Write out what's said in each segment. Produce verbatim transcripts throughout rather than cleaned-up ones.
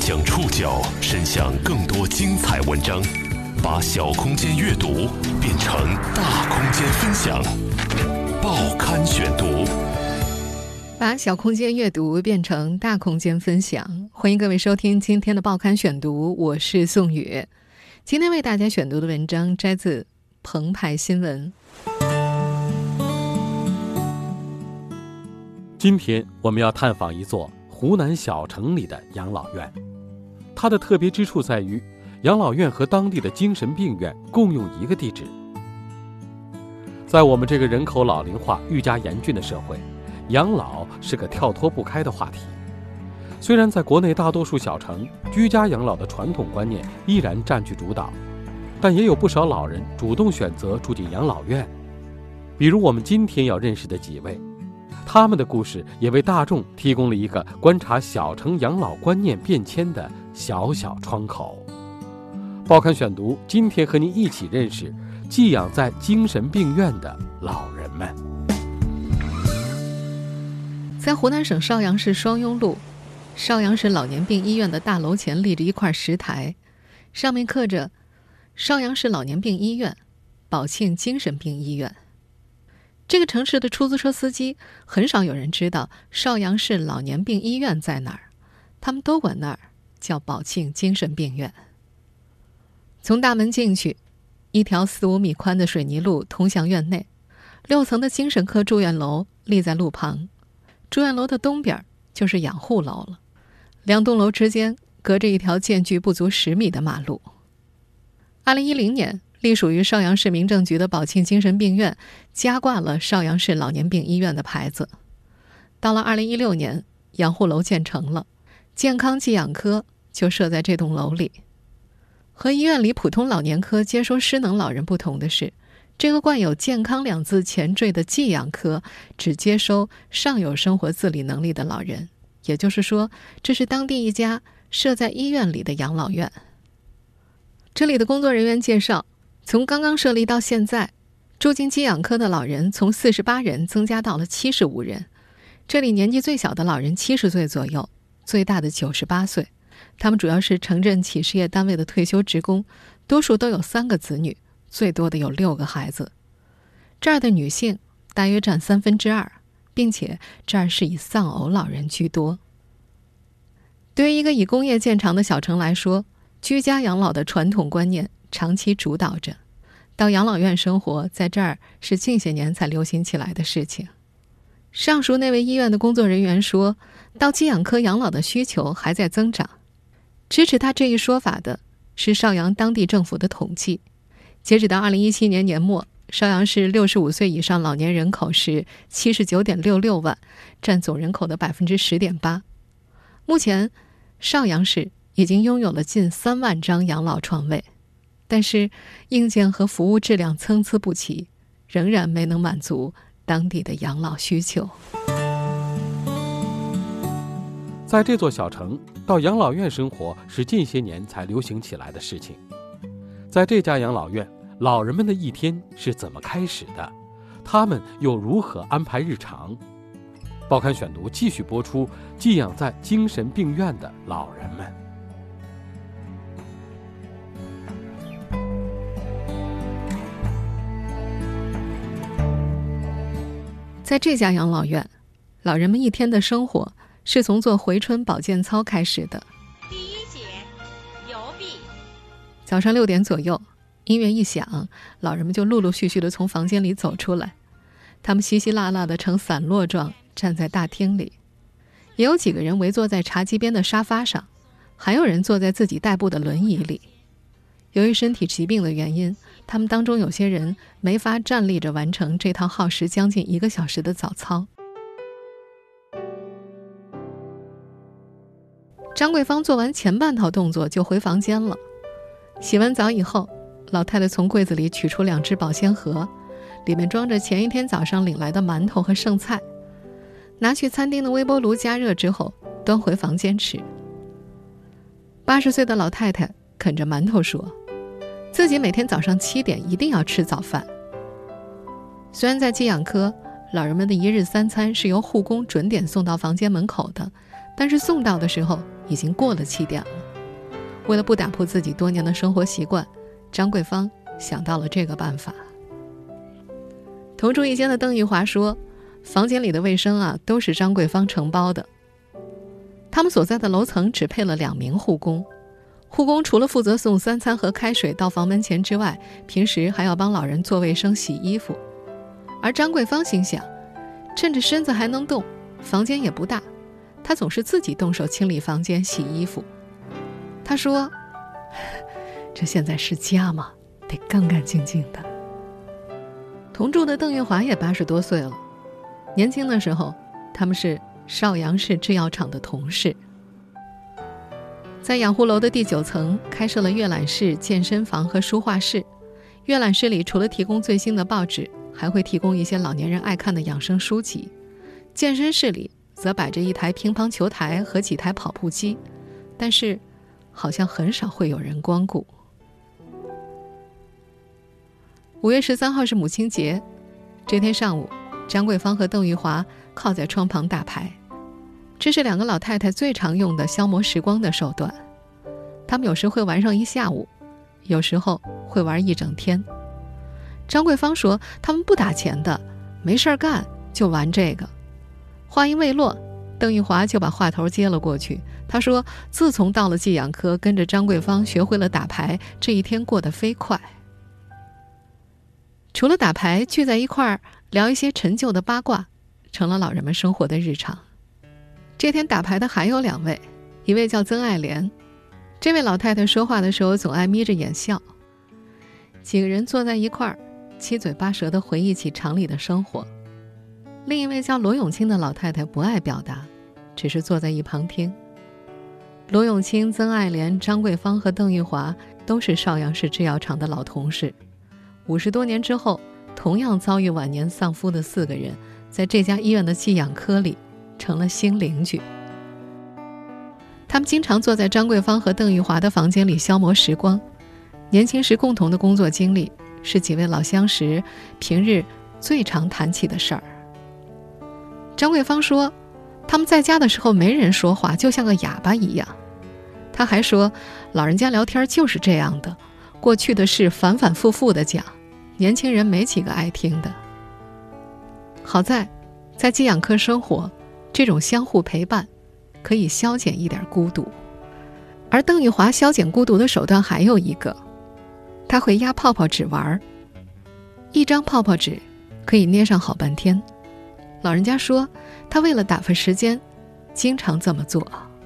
将触角伸向更多精彩文章，把小空间阅读变成大空间分享。报刊选读， 把小空间阅读变成大空间分享。欢迎各位收听今天的报刊选读，我是宋宇。今天为大家选读的文章摘自澎湃新闻。 今天我们要探访一座湖南小城里的养老院，它的特别之处在于，养老院和当地的精神病院共用一个地址。在我们这个人口老龄化愈加严峻的社会，养老是个跳脱不开的话题。虽然在国内大多数小城，居家养老的传统观念依然占据主导，但也有不少老人主动选择住进养老院。比如我们今天要认识的几位，他们的故事也为大众提供了一个观察小城养老观念变迁的小小窗口。报刊选读，今天和您一起认识寄养在精神病院的老人们。 在湖南省邵阳市双雍路邵阳市老年病医院的大楼前立着一块石台，上面刻着邵阳市老年病医院、宝庆精神病医院。这个城市的出租车司机很少有人知道邵阳市老年病医院在哪儿，他们都管那儿叫宝庆精神病院。从大门进去，一条四五米宽的水泥路通向院内，六层的精神科住院楼立在路旁，住院楼的东边就是养护楼了，两栋楼之间隔着一条间距不足十米的马路。二零一零年隶属于邵阳市民政局的宝庆精神病院加挂了邵阳市老年病医院的牌子。到了二零一六年，养护楼建成了，健康寄养科就设在这栋楼里。和医院里普通老年科接收失能老人不同的是，这个冠有健康两字前缀的寄养科只接收尚有生活自理能力的老人，也就是说，这是当地一家设在医院里的养老院。这里的工作人员介绍，从刚刚设立到现在，住进寄养科的老人从四十八人增加到了七十五人。这里年纪最小的老人七十岁左右，最大的九十八岁。他们主要是城镇企事业单位的退休职工，多数都有三个子女，最多的有六个孩子。这儿的女性大约占三分之二，并且这儿是以丧偶老人居多。对于一个以工业见长的小城来说，居家养老的传统观念长期主导着，到养老院生活在这儿是近些年才流行起来的事情。上述那位医院的工作人员说，到寄养科养老的需求还在增长。支持他这一说法的是邵阳当地政府的统计，截止到二零一七年年末，邵阳市六十五岁以上老年人口是 七十九点六六万，占总人口的 百分之十点八。 目前邵阳市已经拥有了近三万张养老床位，但是硬件和服务质量参差不齐，仍然没能满足当地的养老需求。 在这座小城，到养老院生活是近些年才流行起来的事情。在这家养老院，老人们的一天是怎么开始的？他们又如何安排日常？报刊选读继续播出寄养在精神病院的老人们。 在这家养老院，老人们一天的生活是从做回春保健操开始的。 第一节，游臂。 早上六点左右，音乐一响，老人们就陆陆续续地从房间里走出来。他们稀稀拉拉地呈散落状站在大厅里，也有几个人围坐在茶几边的沙发上，还有人坐在自己代步的轮椅里。由于身体疾病的原因，他们当中有些人没法站立着完成这套耗时将近一个小时的早操。张桂芳做完前半套动作就回房间了。洗完澡以后，老太太从柜子里取出两只保鲜盒，里面装着前一天早上领来的馒头和剩菜，拿去餐厅的微波炉加热之后端回房间吃。八十岁的老太太啃着馒头说，自己每天早上七点一定要吃早饭。虽然在寄养科，老人们的一日三餐是由护工准点送到房间门口的，但是送到的时候已经过了七点了。 为了不打破自己多年的生活习惯，张桂芳想到了这个办法。同住一间的邓玉华说，房间里的卫生啊都是张桂芳承包的。他们所在的楼层只配了两名护工，护工除了负责送三餐和开水到房门前之外，平时还要帮老人做卫生洗衣服。而张桂芳心想，趁着身子还能动，房间也不大，她总是自己动手清理房间洗衣服。她说，这现在是家嘛，得干干净净的。同住的邓玉华也八十多岁了，年轻的时候他们是邵阳市制药厂的同事。在养护楼的第九层开设了阅览室、健身房和书画室。阅览室里除了提供最新的报纸，还会提供一些老年人爱看的养生书籍。健身室里则摆着一台乒乓球台和几台跑步机，但是好像很少会有人光顾。五月十三号是母亲节，这天上午，张桂芳和邓玉华靠在窗旁打牌，这是两个老太太最常用的消磨时光的手段。他们有时会玩上一下午，有时候会玩一整天。张桂芳说，他们不打钱的，没事干就玩这个。话音未落，邓玉华就把话头接了过去。他说，自从到了寄养科，跟着张桂芳学会了打牌，这一天过得飞快。除了打牌，聚在一块儿聊一些陈旧的八卦，成了老人们生活的日常。这天打牌的还有两位，一位叫曾爱莲，这位老太太说话的时候总爱眯着眼笑。几个人坐在一块儿，七嘴八舌地回忆起厂里的生活。另一位叫罗永清的老太太不爱表达，只是坐在一旁听。罗永清、曾爱莲、张桂芳和邓玉华都是邵阳市制药厂的老同事。五十多年之后，同样遭遇晚年丧夫的四个人，在这家医院的寄养科里成了新邻居。他们经常坐在张桂芳和邓玉华的房间里消磨时光。年轻时共同的工作经历是几位老相识平日最常谈起的事儿。张桂芳说，他们在家的时候没人说话，就像个哑巴一样。他还说，老人家聊天就是这样的，过去的事反反复复地讲，年轻人没几个爱听的。好在在寄养科生活，这种相互陪伴可以消减一点孤独。而邓玉华消减孤独的手段还有一个，他会压泡泡纸玩。一张泡泡纸可以捏上好半天。老人家说，他为了打发时间，经常这么做。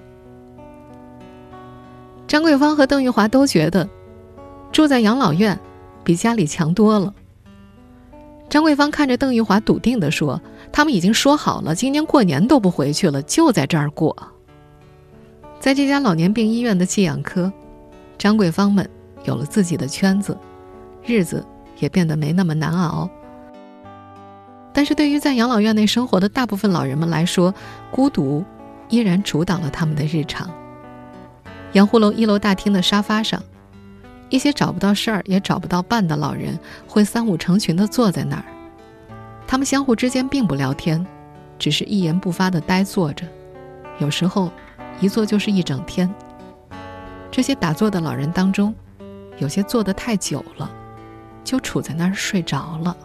张桂芳和邓玉华都觉得住在养老院比家里强多了。张桂芳看着邓玉华笃定地说，他们已经说好了，今年过年都不回去了，就在这儿过。在这家老年病医院的寄养科，张桂芳们有了自己的圈子，日子也变得没那么难熬。但是对于在养老院内生活的大部分老人们来说，孤独依然主导了他们的日常。养护楼一楼大厅的沙发上，一些找不到事儿也找不到伴的老人会三五成群地坐在那儿。他们相互之间并不聊天，只是一言不发地呆坐着，有时候一坐就是一整天。这些打坐的老人当中，有些坐得太久了，就杵在那儿睡着了。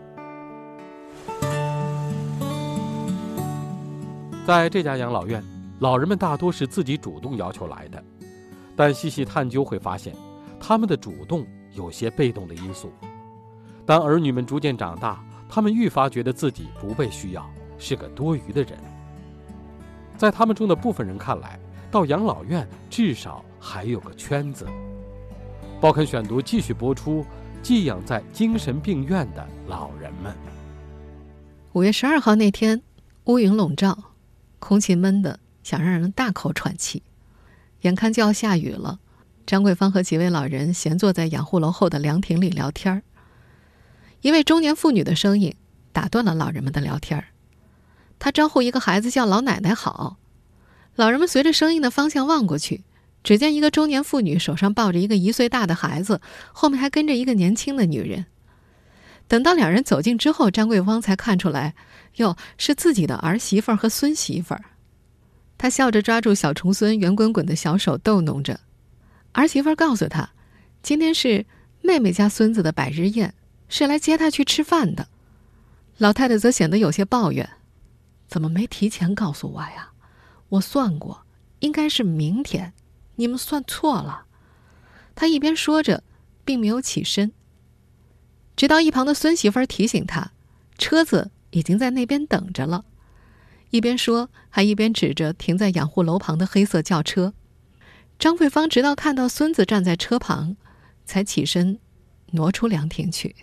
在这家养老院，老人们大多是自己主动要求来的，但细细探究会发现，他们的主动有些被动的因素。当儿女们逐渐长大，他们愈发觉得自己不被需要，是个多余的人。在他们中的部分人看来，到养老院至少还有个圈子。报刊选读继续播出寄养在精神病院的老人们。 五月十二号那天，乌云笼罩，空气闷得想让人大口喘气。眼看就要下雨了，张桂芳和几位老人闲坐在养护楼后的凉亭里聊天。一位中年妇女的声音打断了老人们的聊天。她招呼一个孩子叫老奶奶好。老人们随着声音的方向望过去，只见一个中年妇女手上抱着一个一岁大的孩子，后面还跟着一个年轻的女人。等到两人走近之后，张桂芳才看出来，哟，是自己的儿媳妇和孙媳妇儿。她笑着抓住小重孙圆滚滚的小手逗弄着。 儿媳妇告诉他，今天是妹妹家孙子的百日宴，是来接他去吃饭的。老太太则显得有些抱怨，怎么没提前告诉我呀？我算过，应该是明天，你们算错了。她一边说着，并没有起身，直到一旁的孙媳妇提醒她，车子已经在那边等着了。一边说，还一边指着停在养护楼旁的黑色轿车。张桂芳直到看到孙子站在车旁，才起身挪出凉亭去。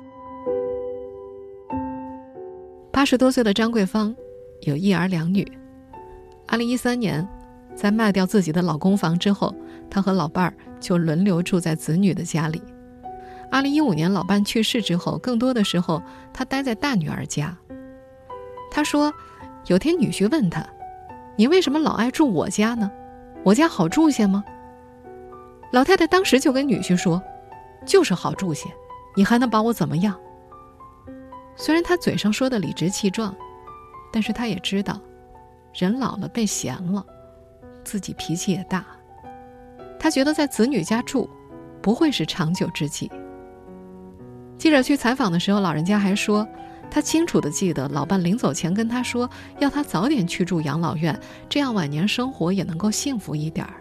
八十多岁的张桂芳有一儿两女。二零一三年，在卖掉自己的老公房之后，她和老伴儿就轮流住在子女的家里。二零一五年老伴去世之后，更多的时候她待在大女儿家。她说，有天女婿问她，你为什么老爱住我家呢？我家好住些吗？老太太当时就跟女婿说，就是好住些，你还能把我怎么样？虽然她嘴上说的理直气壮，但是她也知道，人老了被闲了，自己脾气也大。她觉得在子女家住不会是长久之计。记者去采访的时候，老人家还说，他清楚地记得老伴临走前跟他说，要他早点去住养老院，这样晚年生活也能够幸福一点儿。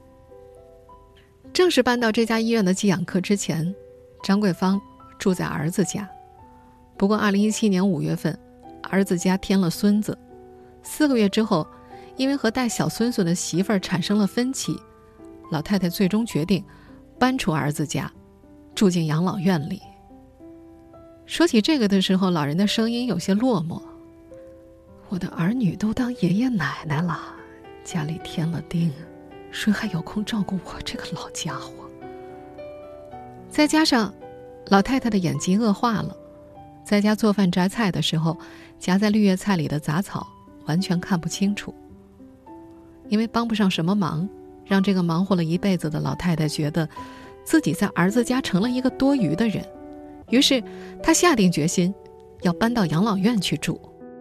正式搬到这家医院的寄养科之前，张桂芳住在儿子家。不过二零一七年五月份，儿子家添了孙子，四个月之后，因为和带小孙孙的媳妇儿产生了分歧，老太太最终决定搬出儿子家，住进养老院里。说起这个的时候，老人的声音有些落寞。我的儿女都当爷爷奶奶了，家里添了丁，谁还有空照顾我这个老家伙？再加上老太太的眼疾恶化了，在家做饭摘菜的时候，夹在绿叶菜里的杂草完全看不清楚。因为帮不上什么忙，让这个忙活了一辈子的老太太觉得自己在儿子家成了一个多余的人。于是他下定决心要搬到养老院去住。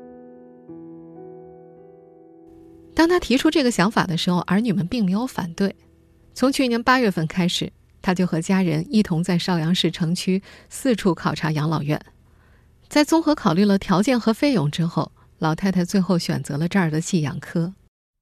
当他提出这个想法的时候，儿女们并没有反对。从去年八月份开始，他就和家人一同在邵阳市城区四处考察养老院。在综合考虑了条件和费用之后，老太太最后选择了这儿的寄养科。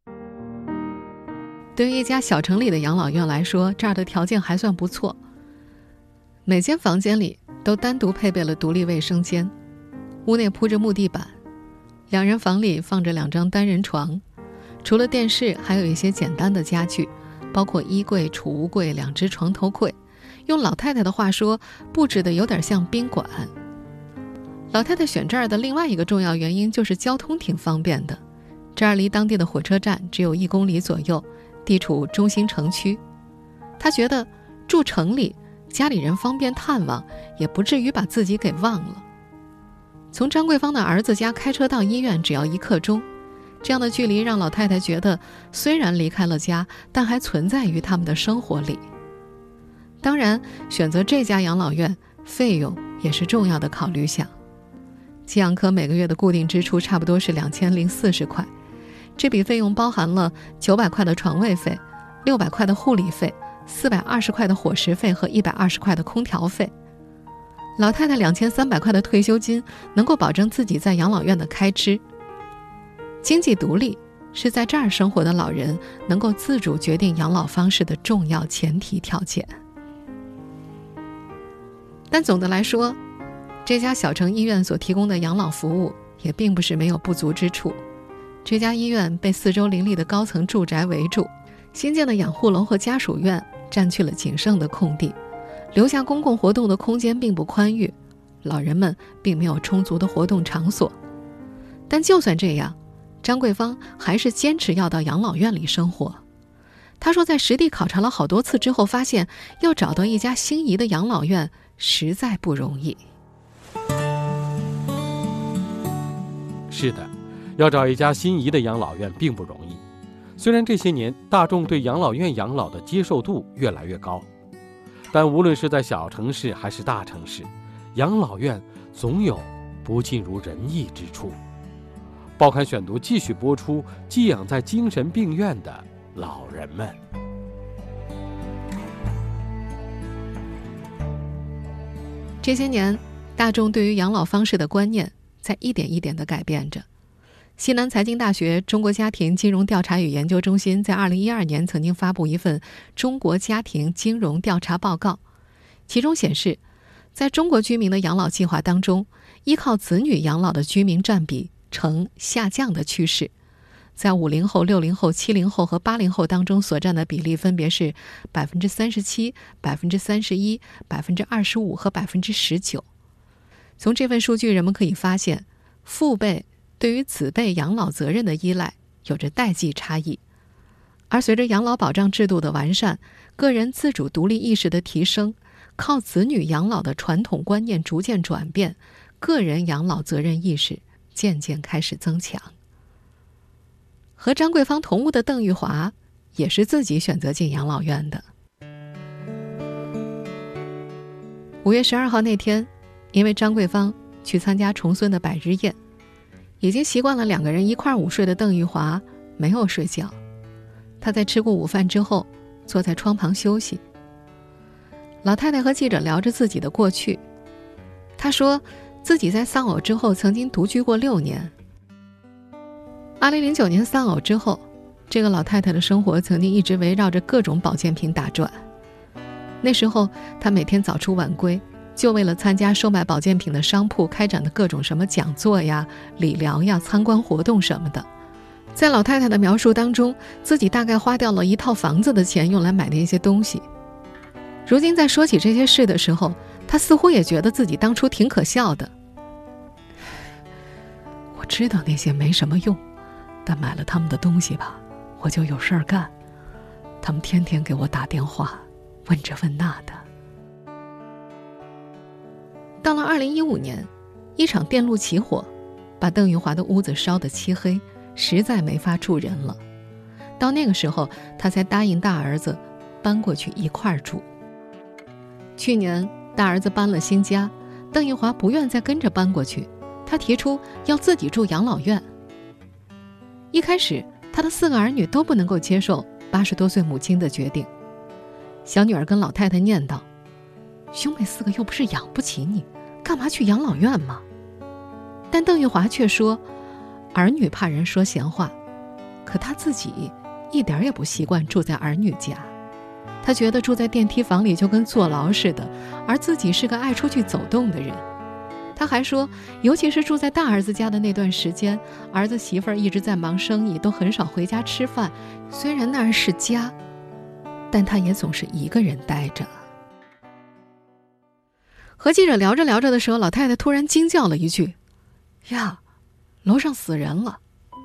对于一家小城里的养老院来说，这儿的条件还算不错。每间房间里都单独配备了独立卫生间，屋内铺着木地板，两人房里放着两张单人床，除了电视还有一些简单的家具，包括衣柜、储物柜、两只床头柜，用老太太的话说，布置的有点像宾馆。老太太选这儿的另外一个重要原因就是交通挺方便的，这儿离当地的火车站只有一公里左右，地处中心城区。她觉得住城里家里人方便探望，也不至于把自己给忘了。从张桂芳的儿子家开车到医院只要一刻钟，这样的距离让老太太觉得虽然离开了家，但还存在于他们的生活里。当然，选择这家养老院，费用也是重要的考虑项。寄养科每个月的固定支出差不多是两千零四十块，这笔费用包含了九百块的床位费、六百块的护理费、四百二十块的伙食费和一百二十块的空调费。老太太两千三百块的退休金能够保证自己在养老院的开支。经济独立是在这儿生活的老人能够自主决定养老方式的重要前提条件。但总的来说，这家小城医院所提供的养老服务也并不是没有不足之处。这家医院被四周林立的高层住宅围住，新建的养护楼和家属院占据了仅剩的空地，留下公共活动的空间并不宽裕，老人们并没有充足的活动场所。但就算这样，张桂芳还是坚持要到养老院里生活。她说，在实地考察了好多次之后，发现要找到一家心仪的养老院实在不容易。 是的，要找一家心仪的养老院并不容易。虽然这些年大众对养老院养老的接受度越来越高，但无论是在小城市还是大城市，养老院总有不尽如人意之处。报刊选读继续播出寄养在精神病院的老人们。 这些年，大众对于养老方式的观念在一点一点地改变着。西南财经大学中国家庭金融调查与研究中心在二零一二年曾经发布一份中国家庭金融调查报告，其中显示，在中国居民的养老计划当中，依靠子女养老的居民占比呈下降的趋势。在五零后、六零后、七零后和八零后当中所占的比例分别是百分之三十七、百分之三十一、百分之二十五和百分之十九。从这份数据，人们可以发现，父辈对于子辈养老责任的依赖有着代际差异，而随着养老保障制度的完善，个人自主独立意识的提升，靠子女养老的传统观念逐渐转变，个人养老责任意识渐渐开始增强。和张桂芳同屋的邓玉华也是自己选择进养老院的。五月十二号那天，因为张桂芳去参加重孙的百日宴，已经习惯了两个人一块午睡的邓玉华没有睡觉。他在吃过午饭之后，坐在窗旁休息。老太太和记者聊着自己的过去，她说自己在丧偶之后曾经独居过六年。二零零九年丧偶之后，这个老太太的生活曾经一直围绕着各种保健品打转。那时候她每天早出晚归，就为了参加售卖保健品的商铺开展的各种什么讲座呀、理疗呀、参观活动什么的。在老太太的描述当中，自己大概花掉了一套房子的钱用来买那些东西。如今在说起这些事的时候，她似乎也觉得自己当初挺可笑的。我知道那些没什么用，但买了他们的东西吧，我就有事儿干。他们天天给我打电话，问这问那的。到了二零一五年，一场电路起火，把邓玉华的屋子烧得漆黑，实在没法住人了。到那个时候，他才答应大儿子搬过去一块儿住。去年大儿子搬了新家，邓玉华不愿再跟着搬过去，他提出要自己住养老院。一开始，他的四个儿女都不能够接受八十多岁母亲的决定。小女儿跟老太太念叨：“兄妹四个又不是养不起你，干嘛去养老院嘛？”但邓玉华却说，儿女怕人说闲话，可他自己一点也不习惯住在儿女家。他觉得住在电梯房里就跟坐牢似的，而自己是个爱出去走动的人。他还说，尤其是住在大儿子家的那段时间，儿子媳妇儿一直在忙生意，都很少回家吃饭。虽然那儿是家，但他也总是一个人待着。和记者聊着聊着的时候，老太太突然惊叫了一句：“呀，楼上死人了！”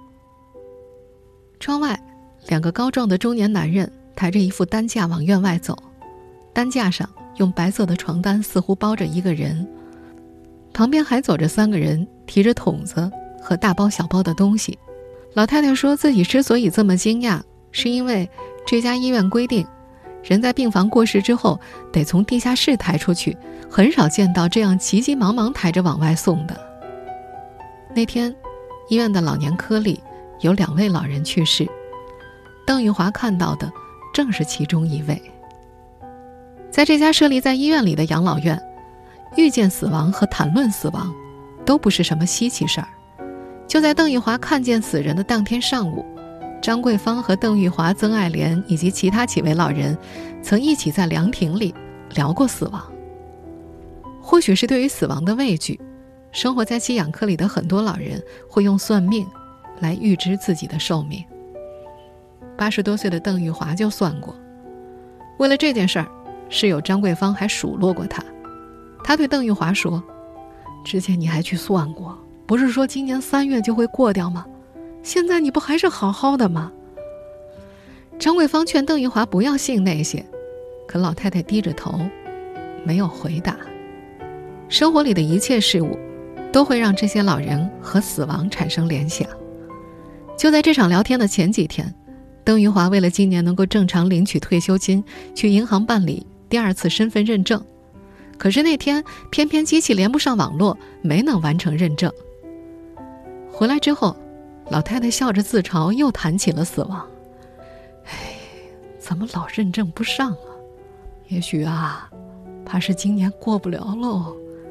窗外，两个高壮的中年男人抬着一副担架往院外走，担架上用白色的床单似乎包着一个人，旁边还走着三个人，提着桶子和大包小包的东西。老太太说自己之所以这么惊讶，是因为这家医院规定，人在病房过世之后得从地下室抬出去，很少见到这样急急忙忙抬着往外送的。那天医院的老年科里有两位老人去世，邓玉华看到的正是其中一位。在这家设立在医院里的养老院，遇见死亡和谈论死亡都不是什么稀奇事儿。就在邓玉华看见死人的当天上午，张桂芳和邓玉华、曾爱莲以及其他几位老人曾一起在凉亭里聊过死亡。或许是对于死亡的畏惧，生活在寄养科里的很多老人会用算命来预知自己的寿命。八十多岁的邓玉华就算过，为了这件事儿，室友张桂芳还数落过他。他对邓玉华说：“之前你还去算过，不是说今年三月就会过掉吗？现在你不还是好好的吗？”张桂芳劝邓玉华不要信那些，可老太太低着头，没有回答。生活里的一切事物都会让这些老人和死亡产生联想。就在这场聊天的前几天，邓玉华为了今年能够正常领取退休金，去银行办理第二次身份认证。可是那天偏偏机器连不上网络，没能完成认证。回来之后，老太太笑着自嘲，又谈起了死亡。哎，怎么老认证不上啊？也许啊，怕是今年过不了喽，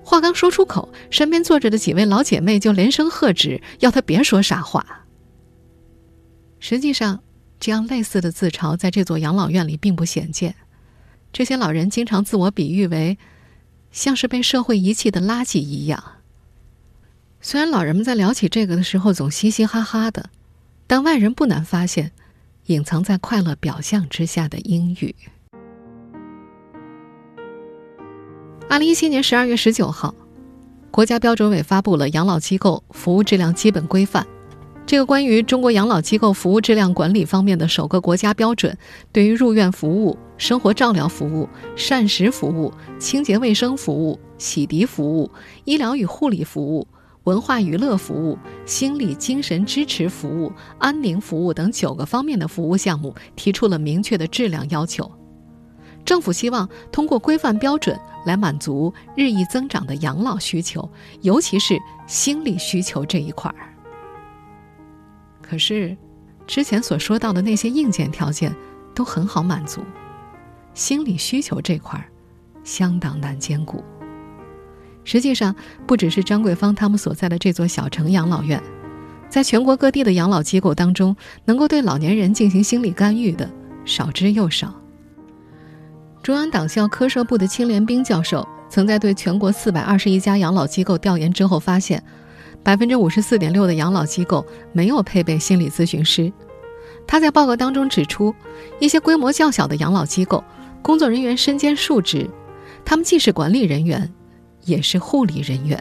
话刚说出口，身边坐着的几位老姐妹就连声喝止，要她别说傻话。实际上，这样类似的自嘲在这座养老院里并不鲜见。这些老人经常自我比喻为像是被社会遗弃的垃圾一样。虽然老人们在聊起这个的时候总嘻嘻哈哈的，但外人不难发现隐藏在快乐表象之下的阴郁。二零一七年十二月十九号，国家标准委发布了《养老机构服务质量基本规范》。这个关于中国养老机构服务质量管理方面的首个国家标准，对于入院服务、生活照料服务、膳食服务、清洁卫生服务、洗涤服务、医疗与护理服务、文化娱乐服务、心理精神支持服务、安宁服务等九个方面的服务项目提出了明确的质量要求。政府希望通过规范标准来满足日益增长的养老需求，尤其是心理需求这一块儿。可是，之前所说到的那些硬件条件都很好满足，心理需求这块儿相当难兼顾。实际上，不只是张桂芳他们所在的这座小城养老院，在全国各地的养老机构当中，能够对老年人进行心理干预的少之又少。中央党校科社部的青连兵教授曾在对全国四百二十一家养老机构调研之后发现，百分之五十四点六的养老机构没有配备心理咨询师。他在报告当中指出，一些规模较小的养老机构，工作人员身兼数职，他们既是管理人员，也是护理人员。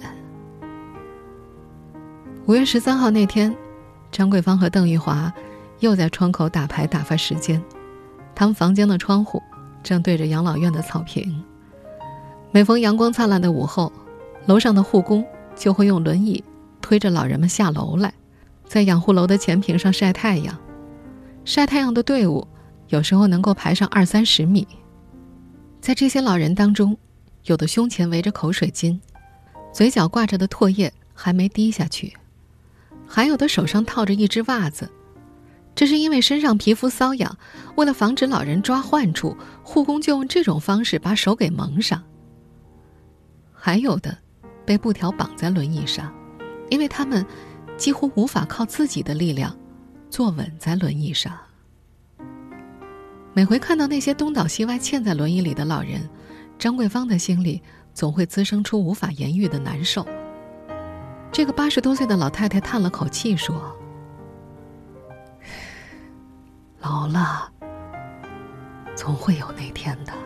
五月十三号那天，张桂芳和邓玉华又在窗口打牌打发时间。他们房间的窗户正对着养老院的草坪。每逢阳光灿烂的午后，楼上的护工就会用轮椅推着老人们下楼来，在养护楼的前坪上晒太阳。晒太阳的队伍有时候能够排上二三十米。在这些老人当中，有的胸前围着口水巾，嘴角挂着的唾液还没滴下去，还有的手上套着一只袜子，这是因为身上皮肤瘙痒，为了防止老人抓患处，护工就用这种方式把手给蒙上。还有的被布条绑在轮椅上，因为他们几乎无法靠自己的力量坐稳在轮椅上。每回看到那些东倒西歪嵌在轮椅里的老人，张桂芳的心里总会滋生出无法言喻的难受。这个八十多岁的老太太叹了口气说：“老了，总会有那天的。”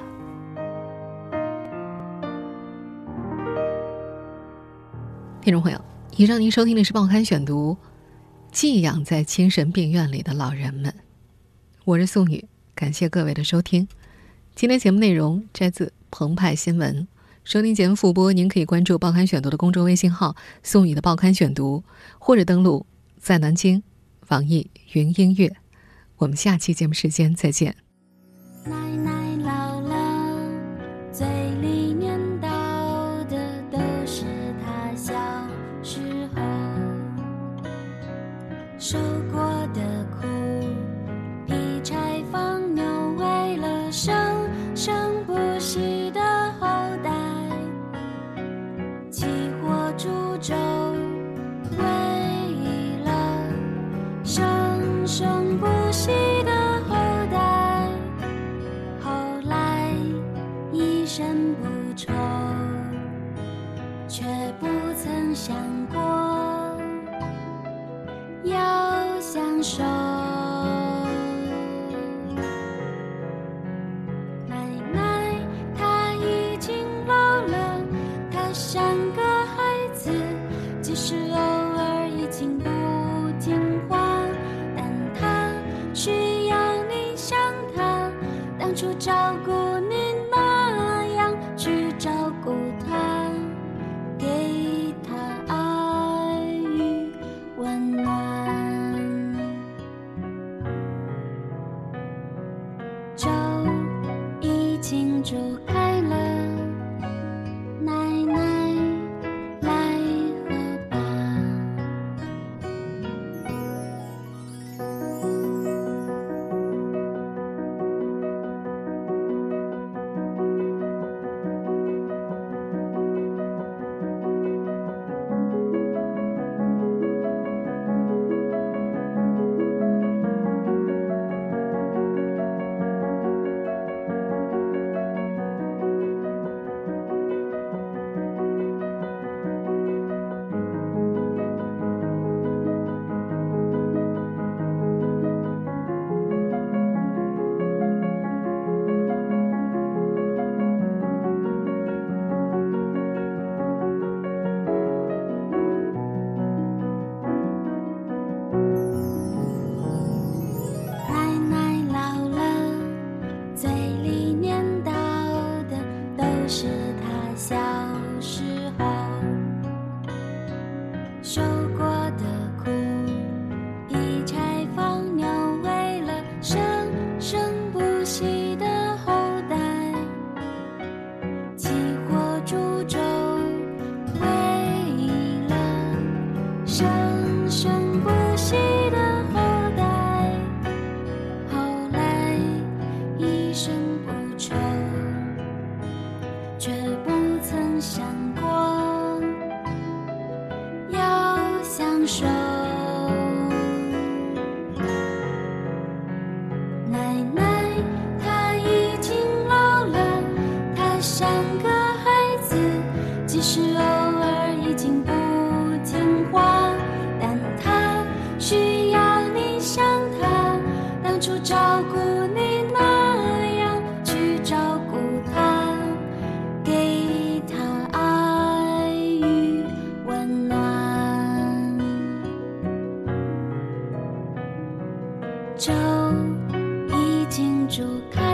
听众朋友，以上您收听的是《报刊选读》，寄养在精神病院里的老人们。我是宋宇，感谢各位的收听。今天节目内容摘自澎湃新闻。收听节目复播，您可以关注《报刊选读》的公众微信号“宋宇的报刊选读”，或者登录在南京网易云音乐。我们下期节目时间再见。 奶奶老了，嘴里念叨的都是她小时候受过的苦，劈柴放牛为了生生不息的后代，起火煮粥为了生生不息的后代，后来一身不愁，却不曾想过要享受。奶奶她已经老了，她像个孩子，即使偶尔已经不听话，但她需要你像她当初照顾你那样去照顾她，给她爱与温暖。粥已经煮开了，奶奶来喝吧。 主看。